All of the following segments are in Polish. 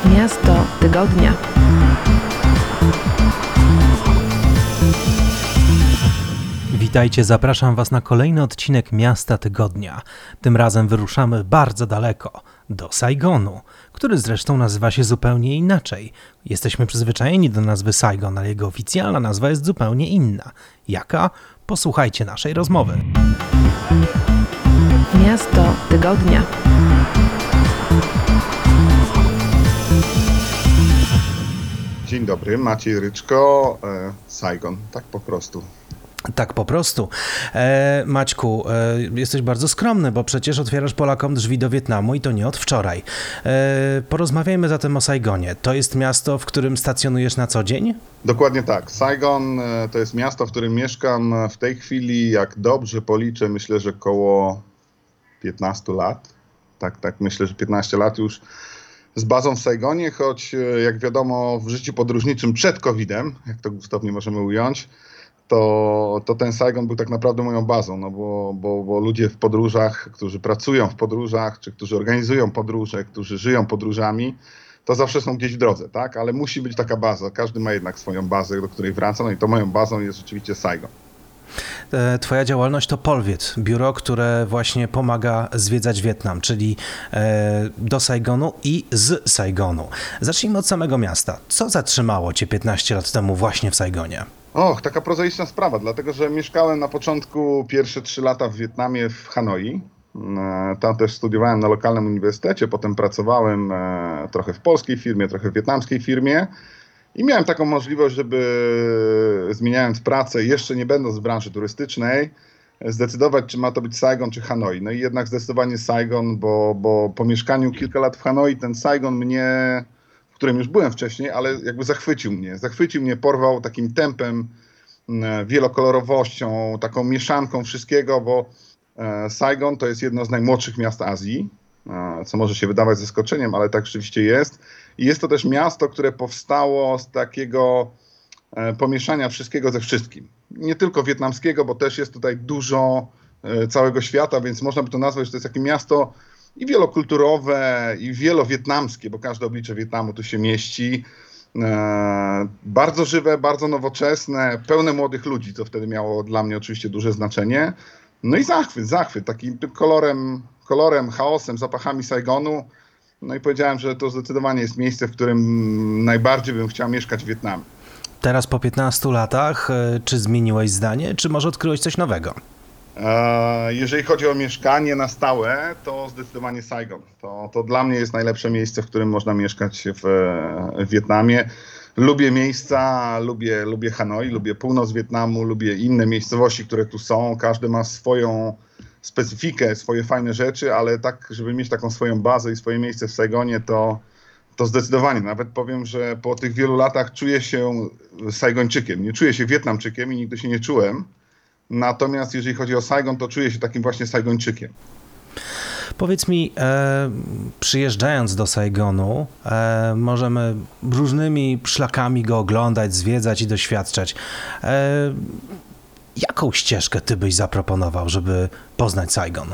Miasto tygodnia. Witajcie, zapraszam Was na kolejny odcinek Miasta Tygodnia. Tym razem wyruszamy bardzo daleko, do Saigonu, który zresztą nazywa się zupełnie inaczej. Jesteśmy przyzwyczajeni do nazwy Saigon, ale jego oficjalna nazwa jest zupełnie inna. Jaka? Posłuchajcie naszej rozmowy. Miasto tygodnia. Dzień dobry, Maciej Ryczko, Saigon, tak po prostu. Tak po prostu. Maćku, jesteś bardzo skromny, bo przecież otwierasz Polakom drzwi do Wietnamu i to nie od wczoraj. Porozmawiajmy zatem o Saigonie. To jest miasto, w którym stacjonujesz na co dzień? Dokładnie tak. Saigon to jest miasto, w którym mieszkam w tej chwili, jak dobrze policzę, myślę, że koło 15 lat. Tak, myślę, że 15 lat już z bazą w Saigonie, choć jak wiadomo w życiu podróżniczym przed COVID-em, jak to gustownie możemy ująć, to ten Saigon był tak naprawdę moją bazą, no bo ludzie w podróżach, którzy pracują w podróżach, czy którzy organizują podróże, którzy żyją podróżami, to zawsze są gdzieś w drodze, tak? Ale musi być taka baza, każdy ma jednak swoją bazę, do której wraca, no i to moją bazą jest rzeczywiście Saigon. Twoja działalność to Polwiet, biuro, które właśnie pomaga zwiedzać Wietnam, czyli do Saigonu i z Saigonu. Zacznijmy od samego miasta. Co zatrzymało Cię 15 lat temu właśnie w Saigonie? Taka prozaiczna sprawa, dlatego że mieszkałem na początku pierwsze 3 lata w Wietnamie, w Hanoi. Tam też studiowałem na lokalnym uniwersytecie, potem pracowałem trochę w polskiej firmie, trochę w wietnamskiej firmie. I miałem taką możliwość, żeby zmieniając pracę, jeszcze nie będąc w branży turystycznej, zdecydować, czy ma to być Saigon, czy Hanoi. No i jednak zdecydowanie Saigon, bo po mieszkaniu kilka lat w Hanoi, ten Saigon mnie, w którym już byłem wcześniej, ale jakby zachwycił mnie, porwał takim tempem, wielokolorowością, taką mieszanką wszystkiego, bo Saigon to jest jedno z najmłodszych miast Azji, co może się wydawać zaskoczeniem, ale tak rzeczywiście jest. I jest to też miasto, które powstało z takiego pomieszania wszystkiego ze wszystkim. Nie tylko wietnamskiego, bo też jest tutaj dużo całego świata, więc można by to nazwać, że to jest takie miasto i wielokulturowe, i wielowietnamskie, bo każde oblicze Wietnamu tu się mieści. Bardzo żywe, bardzo nowoczesne, pełne młodych ludzi, co wtedy miało dla mnie oczywiście duże znaczenie. No i zachwyt, takim kolorem, chaosem, zapachami Saigonu. No i powiedziałem, że to zdecydowanie jest miejsce, w którym najbardziej bym chciał mieszkać w Wietnamie. Teraz po 15 latach, czy zmieniłeś zdanie, czy może odkryłeś coś nowego? Jeżeli chodzi o mieszkanie na stałe, to zdecydowanie Saigon. To dla mnie jest najlepsze miejsce, w którym można mieszkać w Wietnamie. Lubię miejsca, lubię Hanoi, lubię północ Wietnamu, lubię inne miejscowości, które tu są. Każdy ma swoją specyfikę, swoje fajne rzeczy, ale tak, żeby mieć taką swoją bazę i swoje miejsce w Saigonie, to zdecydowanie. Nawet powiem, że po tych wielu latach czuję się Saigończykiem. Nie czuję się Wietnamczykiem i nigdy się nie czułem. Natomiast jeżeli chodzi o Saigon, to czuję się takim właśnie Saigończykiem. Powiedz mi, przyjeżdżając do Saigonu, możemy różnymi szlakami go oglądać, zwiedzać i doświadczać. Jaką ścieżkę ty byś zaproponował, żeby poznać Saigon?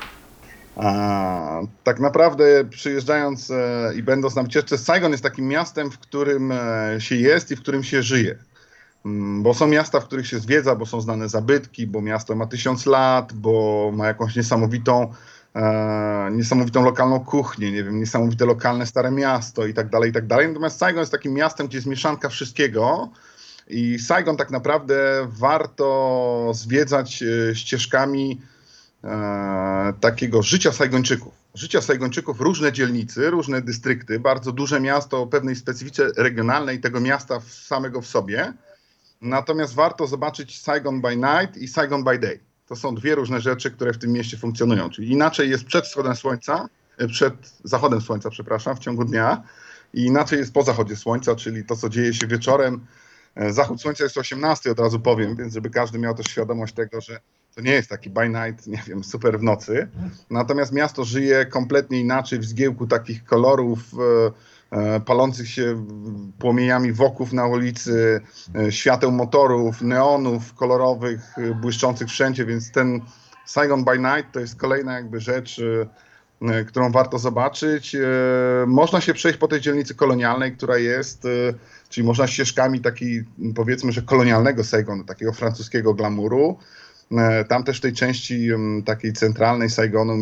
Tak naprawdę przyjeżdżając i będąc na wycieczce, Saigon jest takim miastem, w którym się jest i w którym się żyje. Bo są miasta, w których się zwiedza, bo są znane zabytki, bo miasto ma 1000 lat, bo ma jakąś niesamowitą lokalną kuchnię, nie wiem, niesamowite lokalne stare miasto i tak dalej, i tak dalej. Natomiast Saigon jest takim miastem, gdzie jest mieszanka wszystkiego i Saigon tak naprawdę warto zwiedzać ścieżkami takiego życia Saigończyków. Różne dzielnice, różne dystrykty, bardzo duże miasto o pewnej specyfice regionalnej tego miasta samego w sobie. Natomiast warto zobaczyć Saigon by Night i Saigon by Day. To są dwie różne rzeczy, które w tym mieście funkcjonują. Czyli inaczej jest przed zachodem słońca, przepraszam, w ciągu dnia i inaczej jest po zachodzie słońca, czyli to, co dzieje się wieczorem. Zachód słońca jest o 18, od razu powiem, więc żeby każdy miał też świadomość tego, że to nie jest taki by night, nie wiem, super w nocy. Natomiast miasto żyje kompletnie inaczej w zgiełku takich kolorów, palących się płomieniami woków na ulicy, świateł motorów, neonów kolorowych, błyszczących wszędzie, więc ten Saigon by Night to jest kolejna jakby rzecz, którą warto zobaczyć. Można się przejść po tej dzielnicy kolonialnej, która jest, czyli można ścieżkami takiej, powiedzmy, że kolonialnego Saigonu, takiego francuskiego glamuru. Tam też w tej części takiej centralnej Saigonu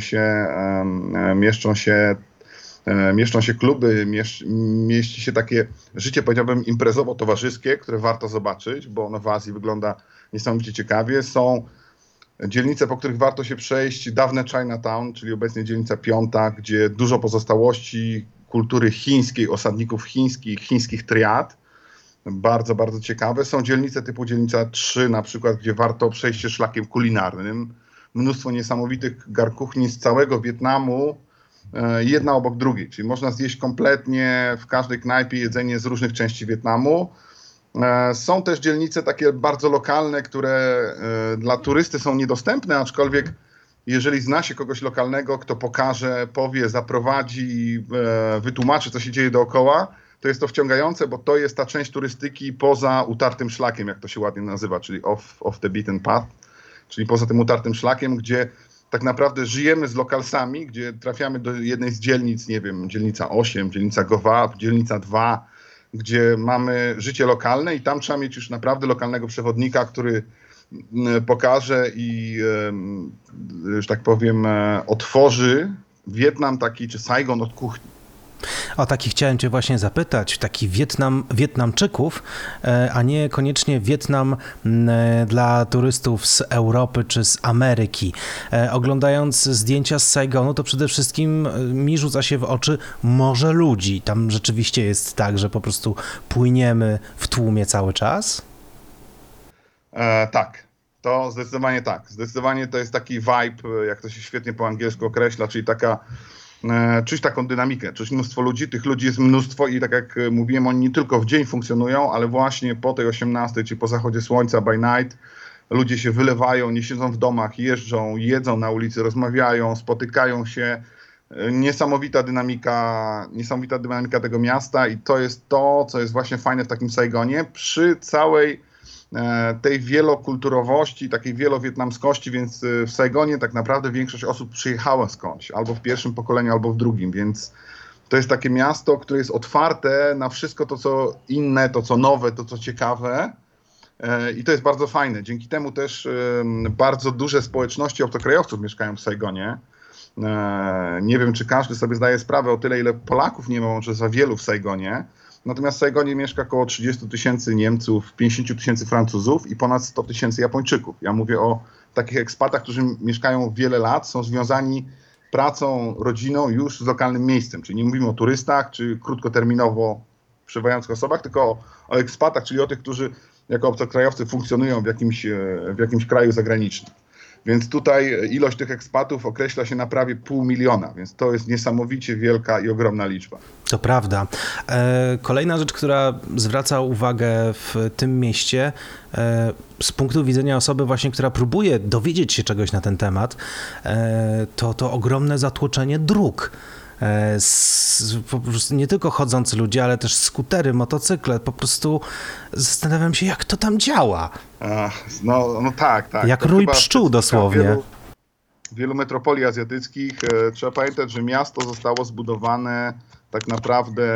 mieszczą się kluby, mieści się takie życie, powiedziałbym, imprezowo-towarzyskie, które warto zobaczyć, bo ono w Azji wygląda niesamowicie ciekawie. Są dzielnice, po których warto się przejść, dawne Chinatown, czyli obecnie dzielnica Piąta, gdzie dużo pozostałości kultury chińskiej, osadników chińskich triad. Bardzo, bardzo ciekawe. Są dzielnice typu dzielnica 3 na przykład, gdzie warto przejść się szlakiem kulinarnym. Mnóstwo niesamowitych garkuchni z całego Wietnamu, jedna obok drugiej. Czyli można zjeść kompletnie w każdej knajpie jedzenie z różnych części Wietnamu. Są też dzielnice takie bardzo lokalne, które dla turysty są niedostępne, aczkolwiek jeżeli zna się kogoś lokalnego, kto pokaże, powie, zaprowadzi, wytłumaczy, co się dzieje dookoła, to jest to wciągające, bo to jest ta część turystyki poza utartym szlakiem, jak to się ładnie nazywa, czyli off the beaten path, czyli poza tym utartym szlakiem, gdzie tak naprawdę żyjemy z lokalsami, gdzie trafiamy do jednej z dzielnic, nie wiem, dzielnica 8, dzielnica Gowab, dzielnica 2, gdzie mamy życie lokalne i tam trzeba mieć już naprawdę lokalnego przewodnika, który pokaże i, że tak powiem, otworzy Wietnam taki, czy Saigon od kuchni. O taki chciałem cię właśnie zapytać, taki Wietnamczyków, a nie koniecznie Wietnam dla turystów z Europy czy z Ameryki. Oglądając zdjęcia z Saigonu, to przede wszystkim mi rzuca się w oczy morze ludzi. Tam rzeczywiście jest tak, że po prostu płyniemy w tłumie cały czas? Tak, to zdecydowanie tak. Zdecydowanie to jest taki vibe, jak to się świetnie po angielsku określa, czyli czuć taką dynamikę, czuć mnóstwo ludzi, tych ludzi jest mnóstwo i tak jak mówiłem, oni nie tylko w dzień funkcjonują, ale właśnie po tej 18, czyli po zachodzie słońca, by night, ludzie się wylewają, nie siedzą w domach, jeżdżą, jedzą na ulicy, rozmawiają, spotykają się. Niesamowita dynamika tego miasta i to jest to, co jest właśnie fajne w takim Saigonie, przy całej tej wielokulturowości, takiej wielowietnamskości, więc w Saigonie tak naprawdę większość osób przyjechała skądś, albo w pierwszym pokoleniu, albo w drugim, więc to jest takie miasto, które jest otwarte na wszystko to, co inne, to, co nowe, to, co ciekawe i to jest bardzo fajne. Dzięki temu też bardzo duże społeczności obcokrajowców mieszkają w Saigonie. Nie wiem, czy każdy sobie zdaje sprawę o tyle, ile Polaków nie ma może za wielu w Saigonie. Natomiast w Saigonie mieszka około 30 000 Niemców, 50 000 Francuzów i ponad 100 000 Japończyków. Ja mówię o takich ekspatach, którzy mieszkają wiele lat, są związani pracą, rodziną już z lokalnym miejscem. Czyli nie mówimy o turystach czy krótkoterminowo przebywających osobach, tylko o ekspatach, czyli o tych, którzy jako obcokrajowcy funkcjonują w jakimś kraju zagranicznym. Więc tutaj ilość tych ekspatów określa się na prawie 500 000, więc to jest niesamowicie wielka i ogromna liczba. To prawda. Kolejna rzecz, która zwraca uwagę w tym mieście, z punktu widzenia osoby właśnie, która próbuje dowiedzieć się czegoś na ten temat, to ogromne zatłoczenie dróg. Po prostu nie tylko chodzący ludzie, ale też skutery, motocykle. Po prostu zastanawiam się, jak to tam działa. No tak. Jak to rój pszczół dosłownie. Wielu metropolii azjatyckich. Trzeba pamiętać, że miasto zostało zbudowane tak naprawdę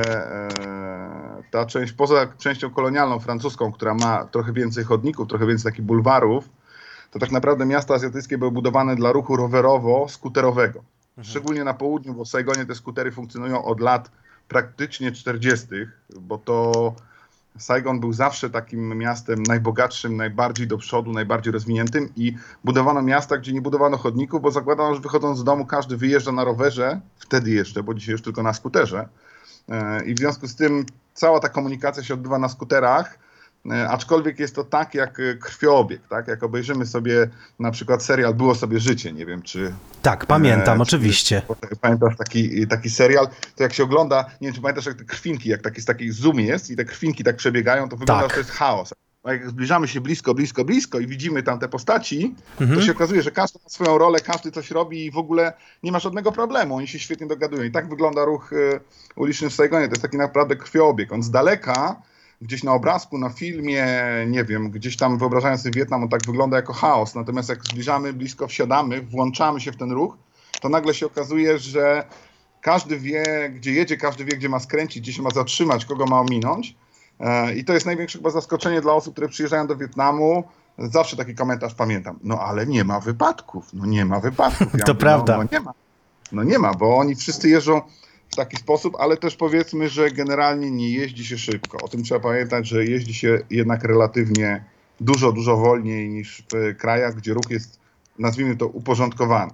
ta część, poza częścią kolonialną francuską, która ma trochę więcej chodników, trochę więcej takich bulwarów, to tak naprawdę miasta azjatyckie były budowane dla ruchu rowerowo-skuterowego. Szczególnie na południu, bo w Saigonie te skutery funkcjonują od lat praktycznie 40., bo to Saigon był zawsze takim miastem najbogatszym, najbardziej do przodu, najbardziej rozwiniętym i budowano miasta, gdzie nie budowano chodników, bo zakładano, że wychodząc z domu każdy wyjeżdża na rowerze, wtedy jeszcze, bo dzisiaj już tylko na skuterze. I w związku z tym cała ta komunikacja się odbywa na skuterach, aczkolwiek jest to tak jak krwiobieg, tak? Jak obejrzymy sobie na przykład serial Było sobie życie, nie wiem czy... Tak, pamiętam, oczywiście. Pamiętasz taki serial, to jak się ogląda, nie wiem czy pamiętasz jak te krwinki, jak taki zoom jest i te krwinki tak przebiegają, to wygląda, że to jest chaos. A jak zbliżamy się blisko i widzimy tam te postaci, to się okazuje, że każdy ma swoją rolę, każdy coś robi i w ogóle nie ma żadnego problemu, oni się świetnie dogadują. I tak wygląda ruch uliczny w Saigonie, to jest taki naprawdę krwiobieg. On z daleka, gdzieś na obrazku, na filmie, nie wiem, gdzieś tam wyobrażając sobie Wietnam, on tak wygląda jako chaos. Natomiast jak zbliżamy blisko, wsiadamy, włączamy się w ten ruch, to nagle się okazuje, że każdy wie, gdzie jedzie, każdy wie, gdzie ma skręcić, gdzie się ma zatrzymać, kogo ma ominąć. I to jest największe chyba zaskoczenie dla osób, które przyjeżdżają do Wietnamu. Zawsze taki komentarz pamiętam. No ale nie ma wypadków. No nie ma wypadków. Ja To mówię, prawda. No nie ma. No nie ma, bo oni wszyscy jeżdżą w taki sposób, ale też powiedzmy, że generalnie nie jeździ się szybko. O tym trzeba pamiętać, że jeździ się jednak relatywnie dużo wolniej niż w krajach, gdzie ruch jest, nazwijmy to, uporządkowany.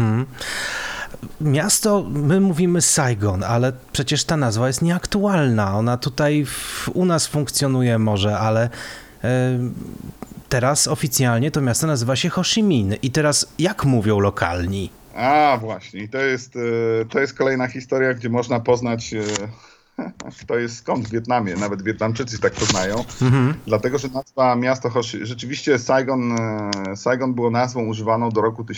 Miasto, my mówimy Saigon, ale przecież ta nazwa jest nieaktualna. Ona tutaj u nas funkcjonuje może, ale teraz oficjalnie to miasto nazywa się Ho Chi Minh. I teraz jak mówią lokalni? A właśnie, i to jest kolejna historia, gdzie można poznać, kto jest skąd w Wietnamie. Nawet Wietnamczycy tak poznają. Dlatego, że nazwa miasta Ho Chi... Rzeczywiście Saigon było nazwą używaną do roku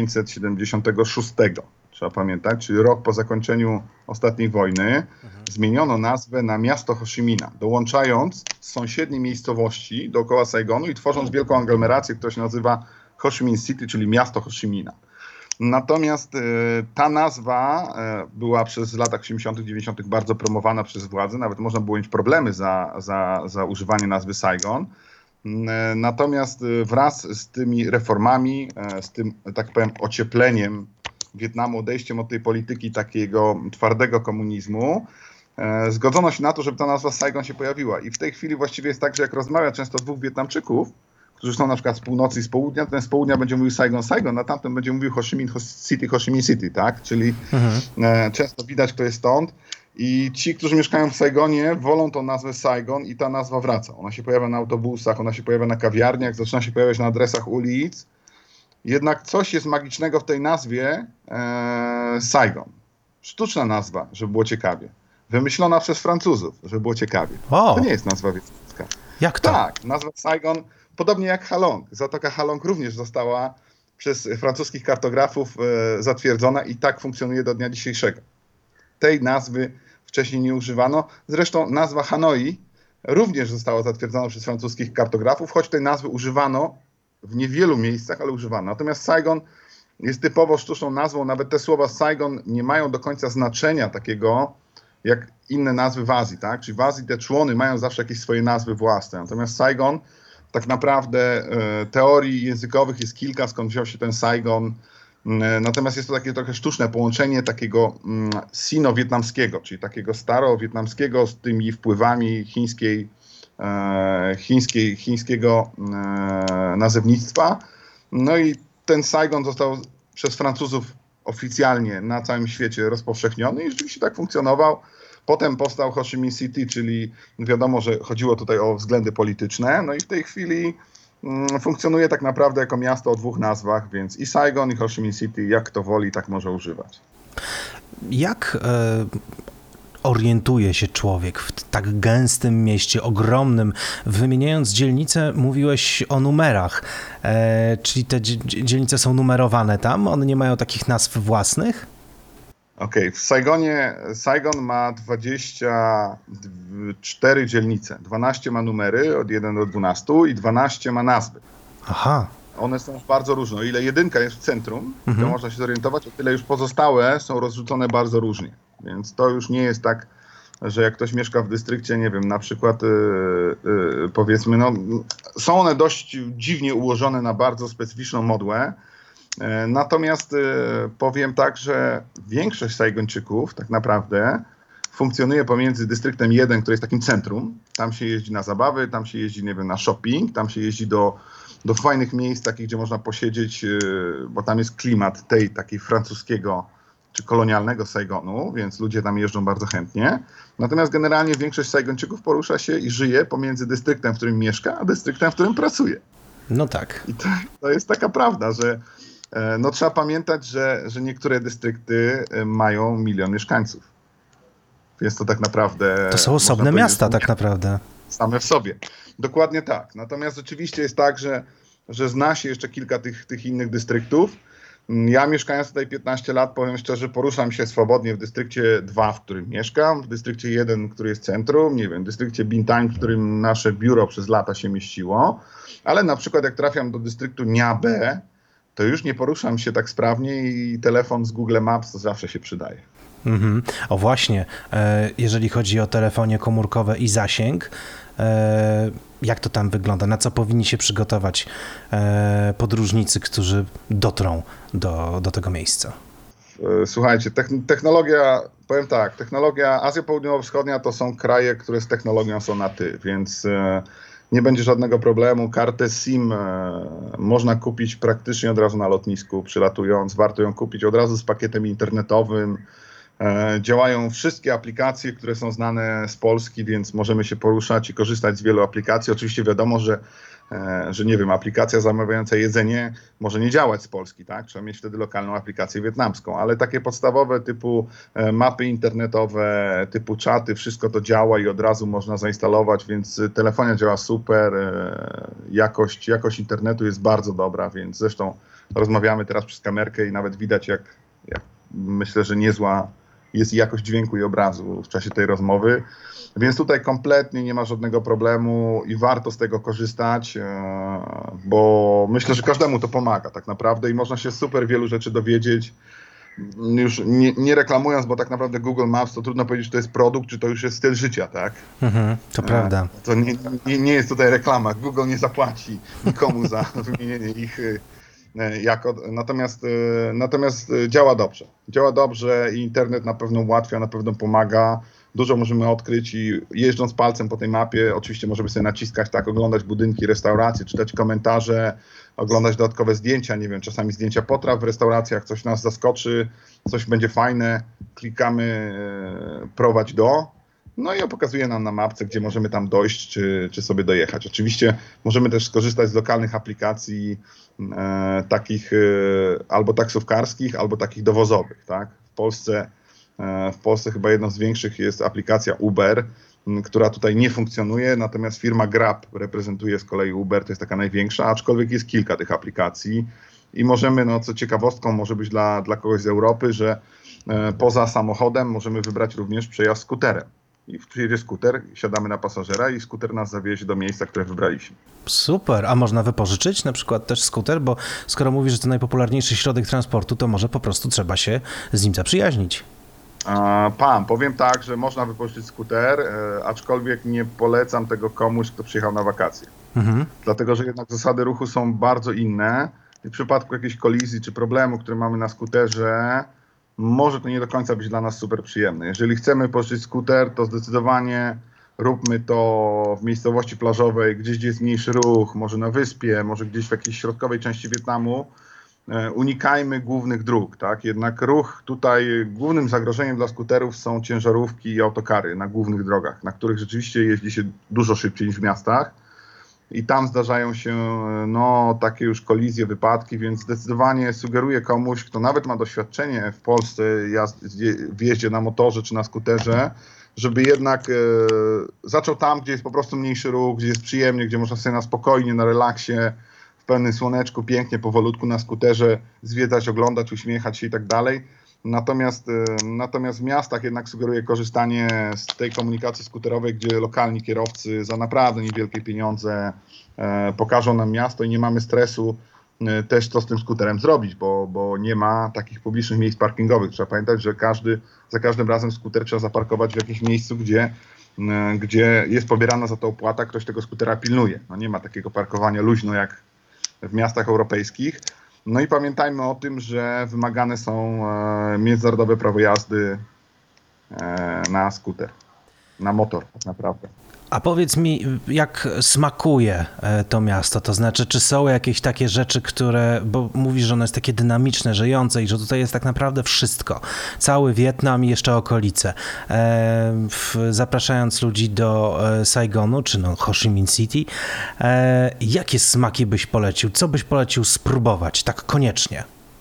1976. Trzeba pamiętać, czyli rok po zakończeniu ostatniej wojny. Zmieniono nazwę na miasto Ho Chi Minh, dołączając sąsiednie miejscowości dookoła Saigonu i tworząc wielką aglomerację, która się nazywa Ho Chi Minh City, czyli miasto Ho Chi Minh. Natomiast ta nazwa była przez latach 80., 90. bardzo promowana przez władze. Nawet można było mieć problemy za używanie nazwy Saigon. Natomiast wraz z tymi reformami, z tym, tak powiem, ociepleniem Wietnamu, odejściem od tej polityki takiego twardego komunizmu, zgodzono się na to, żeby ta nazwa Saigon się pojawiła. I w tej chwili właściwie jest tak, że jak rozmawia często dwóch Wietnamczyków, którzy są na przykład z północy i z południa, ten z południa będzie mówił Saigon, a tamten będzie mówił Ho Chi Minh City, tak? Czyli często widać, kto jest stąd. I ci, którzy mieszkają w Saigonie, wolą tą nazwę Saigon i ta nazwa wraca. Ona się pojawia na autobusach, ona się pojawia na kawiarniach, zaczyna się pojawiać na adresach ulic. Jednak coś jest magicznego w tej nazwie Saigon. Sztuczna nazwa, żeby było ciekawie. Wymyślona przez Francuzów, żeby było ciekawie. O! To nie jest nazwa wietnamska. Jak to? Tak, nazwa Saigon, podobnie jak Halong. Zatoka Halong również została przez francuskich kartografów zatwierdzona i tak funkcjonuje do dnia dzisiejszego. Tej nazwy wcześniej nie używano. Zresztą nazwa Hanoi również została zatwierdzona przez francuskich kartografów, choć tej nazwy używano w niewielu miejscach, ale używano. Natomiast Saigon jest typowo sztuczną nazwą. Nawet te słowa Saigon nie mają do końca znaczenia takiego, jak inne nazwy w Azji, tak? Czyli w Azji te człony mają zawsze jakieś swoje nazwy własne. Natomiast Saigon, tak naprawdę teorii językowych jest kilka, skąd wziął się ten Saigon. Natomiast jest to takie trochę sztuczne połączenie takiego sino-wietnamskiego, czyli takiego staro-wietnamskiego z tymi wpływami chińskiego nazewnictwa. No i ten Saigon został przez Francuzów oficjalnie na całym świecie rozpowszechniony i rzeczywiście tak funkcjonował. Potem powstał Ho Chi Minh City, czyli wiadomo, że chodziło tutaj o względy polityczne. No i w tej chwili funkcjonuje tak naprawdę jako miasto o dwóch nazwach, więc i Saigon, i Ho Chi Minh City, jak kto woli, tak może używać. Jak orientuje się człowiek w tak gęstym mieście, ogromnym? Wymieniając dzielnice, mówiłeś o numerach. Czyli te dzielnice są numerowane tam? One nie mają takich nazw własnych? Okej, w Saigon ma 24 dzielnice. 12 ma numery od 1 do 12 i 12 ma nazwy. Aha. One są bardzo różne. O ile jedynka jest w centrum, to można się zorientować, o tyle już pozostałe są rozrzucone bardzo różnie. Więc to już nie jest tak, że jak ktoś mieszka w dystrykcie, nie wiem, na przykład powiedzmy, no, są one dość dziwnie ułożone na bardzo specyficzną modłę. Natomiast powiem tak, że większość Saigończyków tak naprawdę funkcjonuje pomiędzy dystryktem 1, który jest takim centrum. Tam się jeździ na zabawy, tam się jeździ, nie wiem, na shopping, tam się jeździ do fajnych miejsc, takich, gdzie można posiedzieć, bo tam jest klimat tej takiej francuskiego czy kolonialnego Saigonu, więc ludzie tam jeżdżą bardzo chętnie. Natomiast generalnie większość Saigończyków porusza się i żyje pomiędzy dystryktem, w którym mieszka, a dystryktem, w którym pracuje. No tak. I to jest taka prawda, że no, trzeba pamiętać, że niektóre dystrykty mają 1 milion mieszkańców. Więc to tak naprawdę... To są osobne miasta tak naprawdę. Same w sobie. Dokładnie tak. Natomiast rzeczywiście jest tak, że zna się jeszcze kilka tych innych dystryktów. Ja mieszkając tutaj 15 lat, powiem szczerze, poruszam się swobodnie w dystrykcie 2, w którym mieszkam, w dystrykcie 1, który jest centrum, nie wiem, w dystrykcie Bintang, w którym nasze biuro przez lata się mieściło, ale na przykład jak trafiam do dystryktu Nha B, to już nie poruszam się tak sprawnie i telefon z Google Maps zawsze się przydaje. Mhm. O właśnie, jeżeli chodzi o telefonie komórkowe i zasięg, jak to tam wygląda? Na co powinni się przygotować podróżnicy, którzy dotrą do tego miejsca? Słuchajcie, technologia, powiem tak, technologia Azja Południowo-Wschodnia to są kraje, które z technologią są na ty, więc nie będzie żadnego problemu. Kartę SIM można kupić praktycznie od razu na lotnisku, przylatując. Warto ją kupić od razu z pakietem internetowym. Działają wszystkie aplikacje, które są znane z Polski, więc możemy się poruszać i korzystać z wielu aplikacji. Oczywiście wiadomo, że nie wiem, aplikacja zamawiająca jedzenie może nie działać z Polski, tak? Trzeba mieć wtedy lokalną aplikację wietnamską, ale takie podstawowe typu mapy internetowe, typu czaty, wszystko to działa i od razu można zainstalować, więc telefonia działa super, jakość internetu jest bardzo dobra, więc zresztą rozmawiamy teraz przez kamerkę i nawet widać jak myślę, że niezła jest jakość dźwięku i obrazu w czasie tej rozmowy, więc tutaj kompletnie nie ma żadnego problemu i warto z tego korzystać, bo myślę, że każdemu to pomaga tak naprawdę i można się super wielu rzeczy dowiedzieć, już nie reklamując, bo tak naprawdę Google Maps to trudno powiedzieć, czy to jest produkt, czy to już jest styl życia, tak? To prawda. To nie jest tutaj reklama, Google nie zapłaci nikomu za wymienienie ich. Natomiast działa dobrze. Działa dobrze i internet na pewno ułatwia, na pewno pomaga. Dużo możemy odkryć i jeżdżąc palcem po tej mapie, oczywiście możemy sobie naciskać, tak, oglądać budynki, restauracje, czytać komentarze, oglądać dodatkowe zdjęcia, nie wiem, czasami zdjęcia potraw w restauracjach, coś nas zaskoczy, coś będzie fajne, klikamy prowadź do, no i pokazuje nam na mapce, gdzie możemy tam dojść, czy sobie dojechać. Oczywiście możemy też skorzystać z lokalnych aplikacji takich albo taksówkarskich, albo takich dowozowych, tak? W Polsce chyba jedną z większych jest aplikacja Uber, która tutaj nie funkcjonuje, natomiast firma Grab reprezentuje z kolei Uber, to jest taka największa, aczkolwiek jest kilka tych aplikacji i możemy, no co ciekawostką może być dla kogoś z Europy, że poza samochodem możemy wybrać również przejazd skuterem. I przyjedzie skuter, siadamy na pasażera i skuter nas zawiezie do miejsca, które wybraliśmy. Super, a można wypożyczyć na przykład też skuter, bo skoro mówisz, że to najpopularniejszy środek transportu, to może po prostu trzeba się z nim zaprzyjaźnić. Powiem tak, że można wypożyczyć skuter, aczkolwiek nie polecam tego komuś, kto przyjechał na wakacje. Dlatego, że jednak zasady ruchu są bardzo inne i w przypadku jakiejś kolizji czy problemu, który mamy na skuterze, może to nie do końca być dla nas super przyjemne. Jeżeli chcemy pożyczyć skuter, to zdecydowanie róbmy to w miejscowości plażowej, gdzieś gdzie jest mniejszy ruch, może na wyspie, może gdzieś w jakiejś środkowej części Wietnamu. Unikajmy głównych dróg, tak? Jednak ruch tutaj, głównym zagrożeniem dla skuterów są ciężarówki i autokary na głównych drogach, na których rzeczywiście jeździ się dużo szybciej niż w miastach. I tam zdarzają się takie już kolizje, wypadki, więc zdecydowanie sugeruję komuś, kto nawet ma doświadczenie w Polsce w jeździe na motorze czy na skuterze, żeby jednak zaczął tam, gdzie jest po prostu mniejszy ruch, gdzie jest przyjemnie, gdzie można sobie na spokojnie, na relaksie, w pełnym słoneczku, pięknie, powolutku na skuterze zwiedzać, oglądać, uśmiechać się i tak dalej. Natomiast w miastach jednak sugeruję korzystanie z tej komunikacji skuterowej, gdzie lokalni kierowcy za naprawdę niewielkie pieniądze pokażą nam miasto i nie mamy stresu też co z tym skuterem zrobić, bo nie ma takich publicznych miejsc parkingowych. Trzeba pamiętać, że za każdym razem skuter trzeba zaparkować w jakimś miejscu, gdzie jest pobierana za to opłata, ktoś tego skutera pilnuje. No nie ma takiego parkowania luźno jak w miastach europejskich. No i pamiętajmy o tym, że wymagane są międzynarodowe prawo jazdy na skuter, na motor tak naprawdę. A powiedz mi, jak smakuje to miasto? To znaczy, czy są jakieś takie rzeczy, bo mówisz, że ono jest takie dynamiczne, żyjące i że tutaj jest tak naprawdę wszystko. Cały Wietnam i jeszcze okolice. Zapraszając ludzi do Saigonu, czy Ho Chi Minh City, jakie smaki byś polecił? Co byś polecił spróbować tak koniecznie?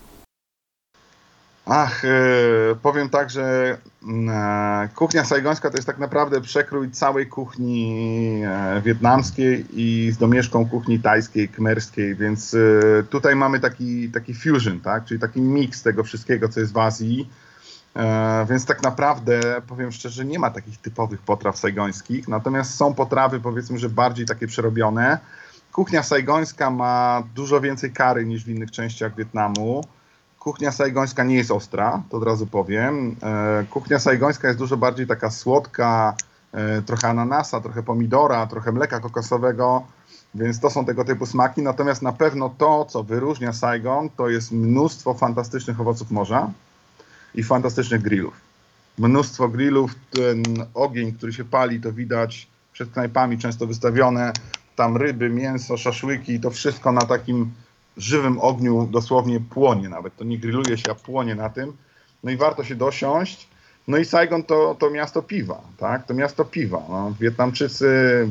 Powiem tak, że kuchnia saigońska to jest tak naprawdę przekrój całej kuchni wietnamskiej i z domieszką kuchni tajskiej, kmerskiej, więc tutaj mamy taki fusion, tak? Czyli taki miks tego wszystkiego, co jest w Azji, więc tak naprawdę, powiem szczerze, nie ma takich typowych potraw saigońskich, natomiast są potrawy, powiedzmy, że bardziej takie przerobione, Kuchnia sajgońska ma dużo więcej kary niż w innych częściach Wietnamu. Kuchnia sajgońska nie jest ostra, to od razu powiem. Kuchnia sajgońska jest dużo bardziej taka słodka, trochę ananasa, trochę pomidora, trochę mleka kokosowego, więc to są tego typu smaki. Natomiast na pewno to, co wyróżnia Saigon, to jest mnóstwo fantastycznych owoców morza i fantastycznych grillów. Mnóstwo grillów, ten ogień, który się pali, to widać przed knajpami często wystawione. Tam ryby, mięso, szaszłyki, to wszystko na takim żywym ogniu dosłownie płonie nawet. To nie grilluje się, a płonie na tym. No i warto się dosiąść. No i Saigon to miasto piwa, tak? To miasto piwa. No, Wietnamczycy,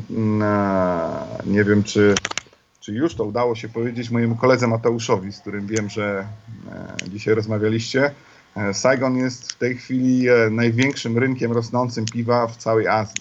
nie wiem czy już to udało się powiedzieć mojemu koledze Mateuszowi, z którym wiem, że dzisiaj rozmawialiście. Saigon jest w tej chwili największym rynkiem rosnącym piwa w całej Azji.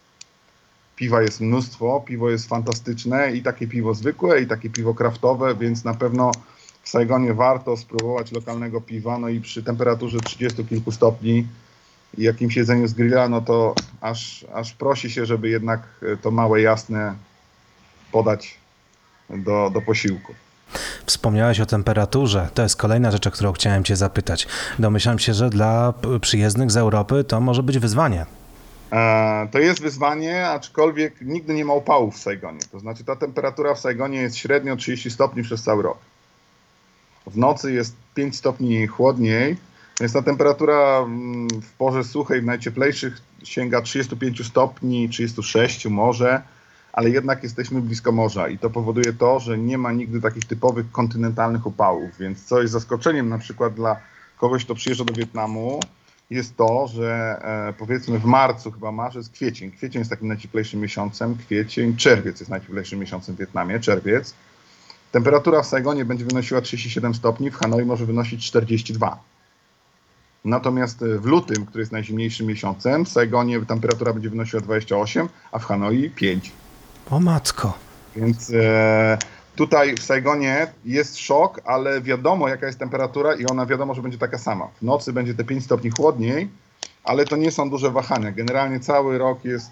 Piwa jest mnóstwo, piwo jest fantastyczne i takie piwo zwykłe, i takie piwo kraftowe, więc na pewno w Saigonie warto spróbować lokalnego piwa, no i przy temperaturze 30 kilku stopni i jakimś jedzeniu z grilla, no to aż prosi się, żeby jednak to małe jasne podać do posiłku. Wspomniałeś o temperaturze. To jest kolejna rzecz, o którą chciałem cię zapytać. Domyślam się, że dla przyjezdnych z Europy to może być wyzwanie. To jest wyzwanie, aczkolwiek nigdy nie ma upałów w Saigonie. To znaczy ta temperatura w Saigonie jest średnio 30 stopni przez cały rok. W nocy jest 5 stopni chłodniej, więc ta temperatura w porze suchej, w najcieplejszych sięga 35 stopni, 36 może, ale jednak jesteśmy blisko morza i to powoduje to, że nie ma nigdy takich typowych kontynentalnych upałów, więc co jest zaskoczeniem na przykład dla kogoś, kto przyjeżdża do Wietnamu, jest to, że powiedzmy w marcu, chyba marzec, kwiecień. Kwiecień jest takim najcieplejszym miesiącem, czerwiec jest najcieplejszym miesiącem w Wietnamie, czerwiec. Temperatura w Saigonie będzie wynosiła 37 stopni, w Hanoi może wynosić 42. Natomiast w lutym, który jest najzimniejszym miesiącem, w Saigonie temperatura będzie wynosiła 28, a w Hanoi 5. O matko. Więc tutaj w Saigonie jest szok, ale wiadomo jaka jest temperatura i ona wiadomo, że będzie taka sama. W nocy będzie te 5 stopni chłodniej, ale to nie są duże wahania. Generalnie cały rok jest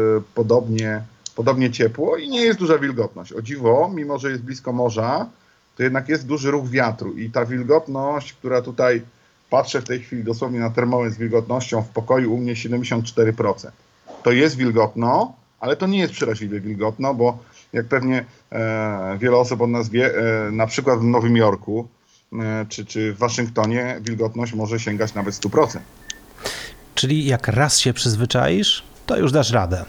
podobnie ciepło i nie jest duża wilgotność. O dziwo, mimo że jest blisko morza, to jednak jest duży ruch wiatru i ta wilgotność, która tutaj, patrzę w tej chwili dosłownie na termometr z wilgotnością w pokoju u mnie 74%. To jest wilgotno, ale to nie jest przeraźliwie wilgotno, bo jak pewnie wiele osób od nas wie, na przykład w Nowym Jorku czy w Waszyngtonie wilgotność może sięgać nawet 100%. Czyli jak raz się przyzwyczaisz, to już dasz radę.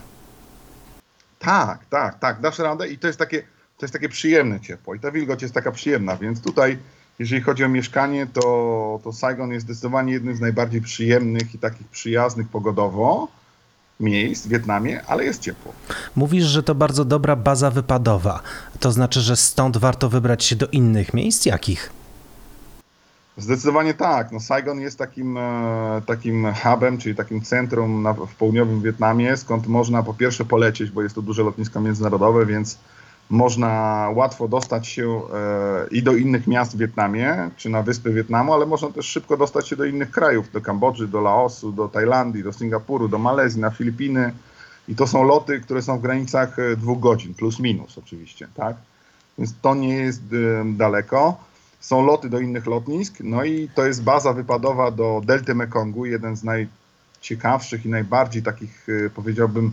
Tak, dasz radę i to jest takie przyjemne ciepło i ta wilgoć jest taka przyjemna, więc tutaj jeżeli chodzi o mieszkanie, to Saigon jest zdecydowanie jednym z najbardziej przyjemnych i takich przyjaznych pogodowo miejsc w Wietnamie, ale jest ciepło. Mówisz, że to bardzo dobra baza wypadowa. To znaczy, że stąd warto wybrać się do innych miejsc? Jakich? Zdecydowanie tak. No Saigon jest takim hubem, czyli takim centrum w południowym Wietnamie, skąd można po pierwsze polecieć, bo jest to duże lotnisko międzynarodowe, więc można łatwo dostać się i do innych miast w Wietnamie, czy na wyspy Wietnamu, ale można też szybko dostać się do innych krajów, do Kambodży, do Laosu, do Tajlandii, do Singapuru, do Malezji, na Filipiny. I to są loty, które są w granicach 2 godzin, plus minus oczywiście, tak? Więc to nie jest daleko. Są loty do innych lotnisk, no i to jest baza wypadowa do Delty Mekongu, jeden z najciekawszych i najbardziej takich, powiedziałbym,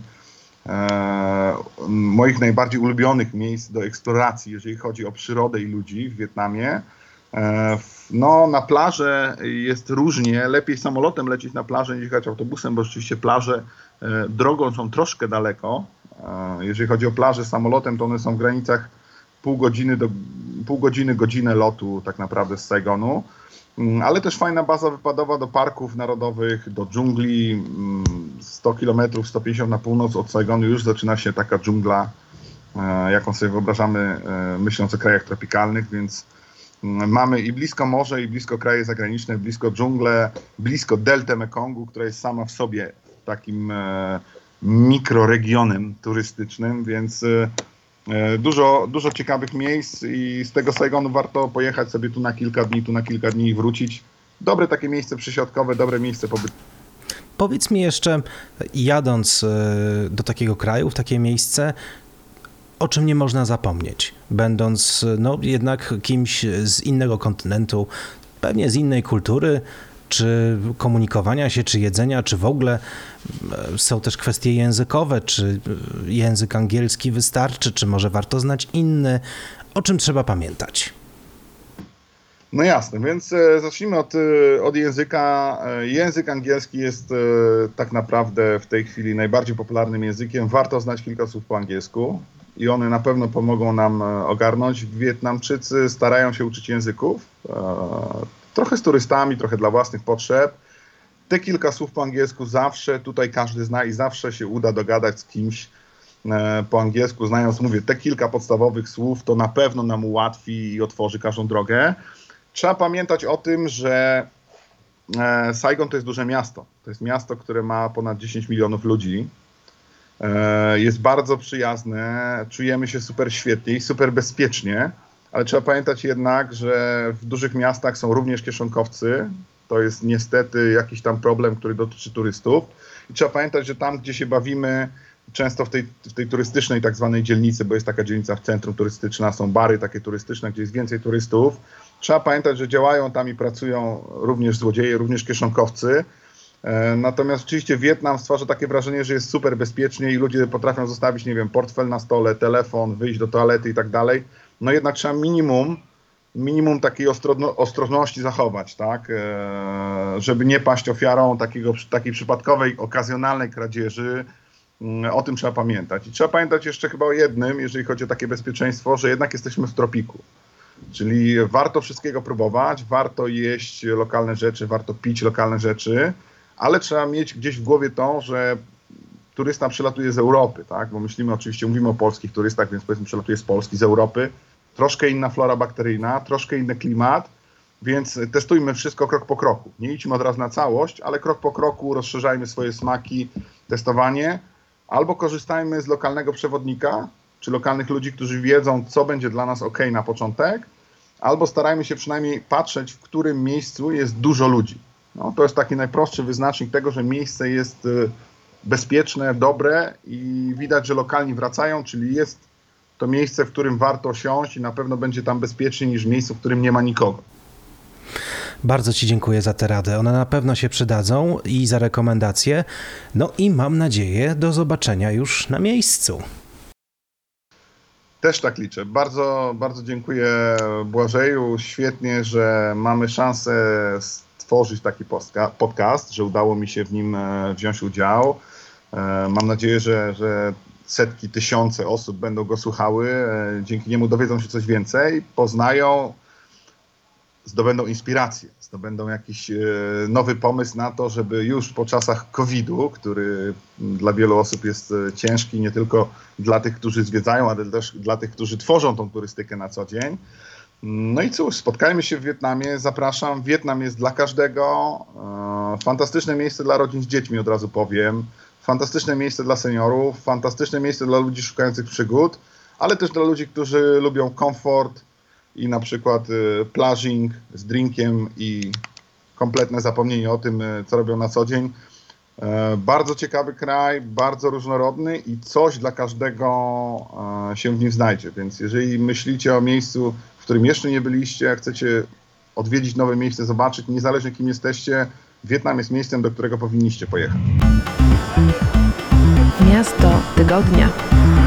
moich najbardziej ulubionych miejsc do eksploracji, jeżeli chodzi o przyrodę i ludzi w Wietnamie. No, na plażę jest różnie. Lepiej samolotem lecieć na plażę niż jechać autobusem, bo rzeczywiście plaże drogą są troszkę daleko. Jeżeli chodzi o plaże samolotem, to one są w granicach pół godziny, godzinę lotu tak naprawdę z Saigonu. Ale też fajna baza wypadowa do parków narodowych, do dżungli. 100 km, 150 na północ od Saigonu już zaczyna się taka dżungla, jaką sobie wyobrażamy, myśląc o krajach tropikalnych, więc mamy i blisko morze, i blisko kraje zagraniczne, blisko dżunglę, blisko deltę Mekongu, która jest sama w sobie takim mikroregionem turystycznym, więc dużo ciekawych miejsc i z tego Saigonu warto pojechać sobie tu na kilka dni i wrócić. Dobre takie miejsce przysiadkowe, dobre miejsce pobytu. Powiedz mi jeszcze, jadąc do takiego kraju, w takie miejsce, o czym nie można zapomnieć, będąc jednak kimś z innego kontynentu, pewnie z innej kultury, czy komunikowania się, czy jedzenia, czy w ogóle są też kwestie językowe, czy język angielski wystarczy, czy może warto znać inny, o czym trzeba pamiętać? No jasne, więc zacznijmy od języka. Język angielski jest tak naprawdę w tej chwili najbardziej popularnym językiem. Warto znać kilka słów po angielsku i one na pewno pomogą nam ogarnąć. Wietnamczycy starają się uczyć języków, trochę z turystami, trochę dla własnych potrzeb. Te kilka słów po angielsku zawsze tutaj każdy zna i zawsze się uda dogadać z kimś po angielsku, znając, mówię, te kilka podstawowych słów, to na pewno nam ułatwi i otworzy każdą drogę. Trzeba pamiętać o tym, że Saigon to jest duże miasto. To jest miasto, które ma ponad 10 milionów ludzi. Jest bardzo przyjazne, czujemy się super świetnie i super bezpiecznie, ale trzeba pamiętać jednak, że w dużych miastach są również kieszonkowcy. To jest niestety jakiś tam problem, który dotyczy turystów. I trzeba pamiętać, że tam, gdzie się bawimy, często w tej turystycznej tak zwanej dzielnicy, bo jest taka dzielnica w centrum turystyczna, są bary takie turystyczne, gdzie jest więcej turystów. Trzeba pamiętać, że działają tam i pracują również złodzieje, również kieszonkowcy. Natomiast oczywiście Wietnam stwarza takie wrażenie, że jest super bezpiecznie i ludzie potrafią zostawić, nie wiem, portfel na stole, telefon, wyjść do toalety i tak dalej. No jednak trzeba minimum takiej ostrożności zachować, tak? Żeby nie paść ofiarą takiej przypadkowej, okazjonalnej kradzieży. O tym trzeba pamiętać. I trzeba pamiętać jeszcze chyba o jednym, jeżeli chodzi o takie bezpieczeństwo, że jednak jesteśmy w tropiku. Czyli warto wszystkiego próbować, warto jeść lokalne rzeczy, warto pić lokalne rzeczy, ale trzeba mieć gdzieś w głowie to, że turysta przylatuje z Europy, tak? Bo mówimy o polskich turystach, więc powiedzmy przylatuje z Polski, z Europy. Troszkę inna flora bakteryjna, troszkę inny klimat, więc testujmy wszystko krok po kroku. Nie idźmy od razu na całość, ale krok po kroku rozszerzajmy swoje smaki, testowanie, albo korzystajmy z lokalnego przewodnika, czy lokalnych ludzi, którzy wiedzą, co będzie dla nas ok na początek, albo starajmy się przynajmniej patrzeć, w którym miejscu jest dużo ludzi. No, to jest taki najprostszy wyznacznik tego, że miejsce jest bezpieczne, dobre i widać, że lokalni wracają, czyli jest to miejsce, w którym warto siąść i na pewno będzie tam bezpieczniej niż w miejscu, w którym nie ma nikogo. Bardzo Ci dziękuję za tę radę. One na pewno się przydadzą i za rekomendacje. No i mam nadzieję do zobaczenia już na miejscu. Też tak liczę. Bardzo, bardzo dziękuję Błażeju. Świetnie, że mamy szansę stworzyć taki podcast, że udało mi się w nim wziąć udział. Mam nadzieję, że setki, tysiące osób będą go słuchały. Dzięki niemu dowiedzą się coś więcej, poznają, zdobędą inspirację, zdobędą jakiś nowy pomysł na to, żeby już po czasach COVID-u, który dla wielu osób jest ciężki, nie tylko dla tych, którzy zwiedzają, ale też dla tych, którzy tworzą tą turystykę na co dzień. No i cóż, spotkajmy się w Wietnamie, zapraszam. Wietnam jest dla każdego. Fantastyczne miejsce dla rodzin z dziećmi, od razu powiem. Fantastyczne miejsce dla seniorów, fantastyczne miejsce dla ludzi szukających przygód, ale też dla ludzi, którzy lubią komfort i na przykład plażing z drinkiem i kompletne zapomnienie o tym, co robią na co dzień. Bardzo ciekawy kraj, bardzo różnorodny i coś dla każdego się w nim znajdzie. Więc jeżeli myślicie o miejscu, w którym jeszcze nie byliście, chcecie odwiedzić nowe miejsce, zobaczyć, niezależnie kim jesteście, Wietnam jest miejscem, do którego powinniście pojechać. Miasto tygodnia.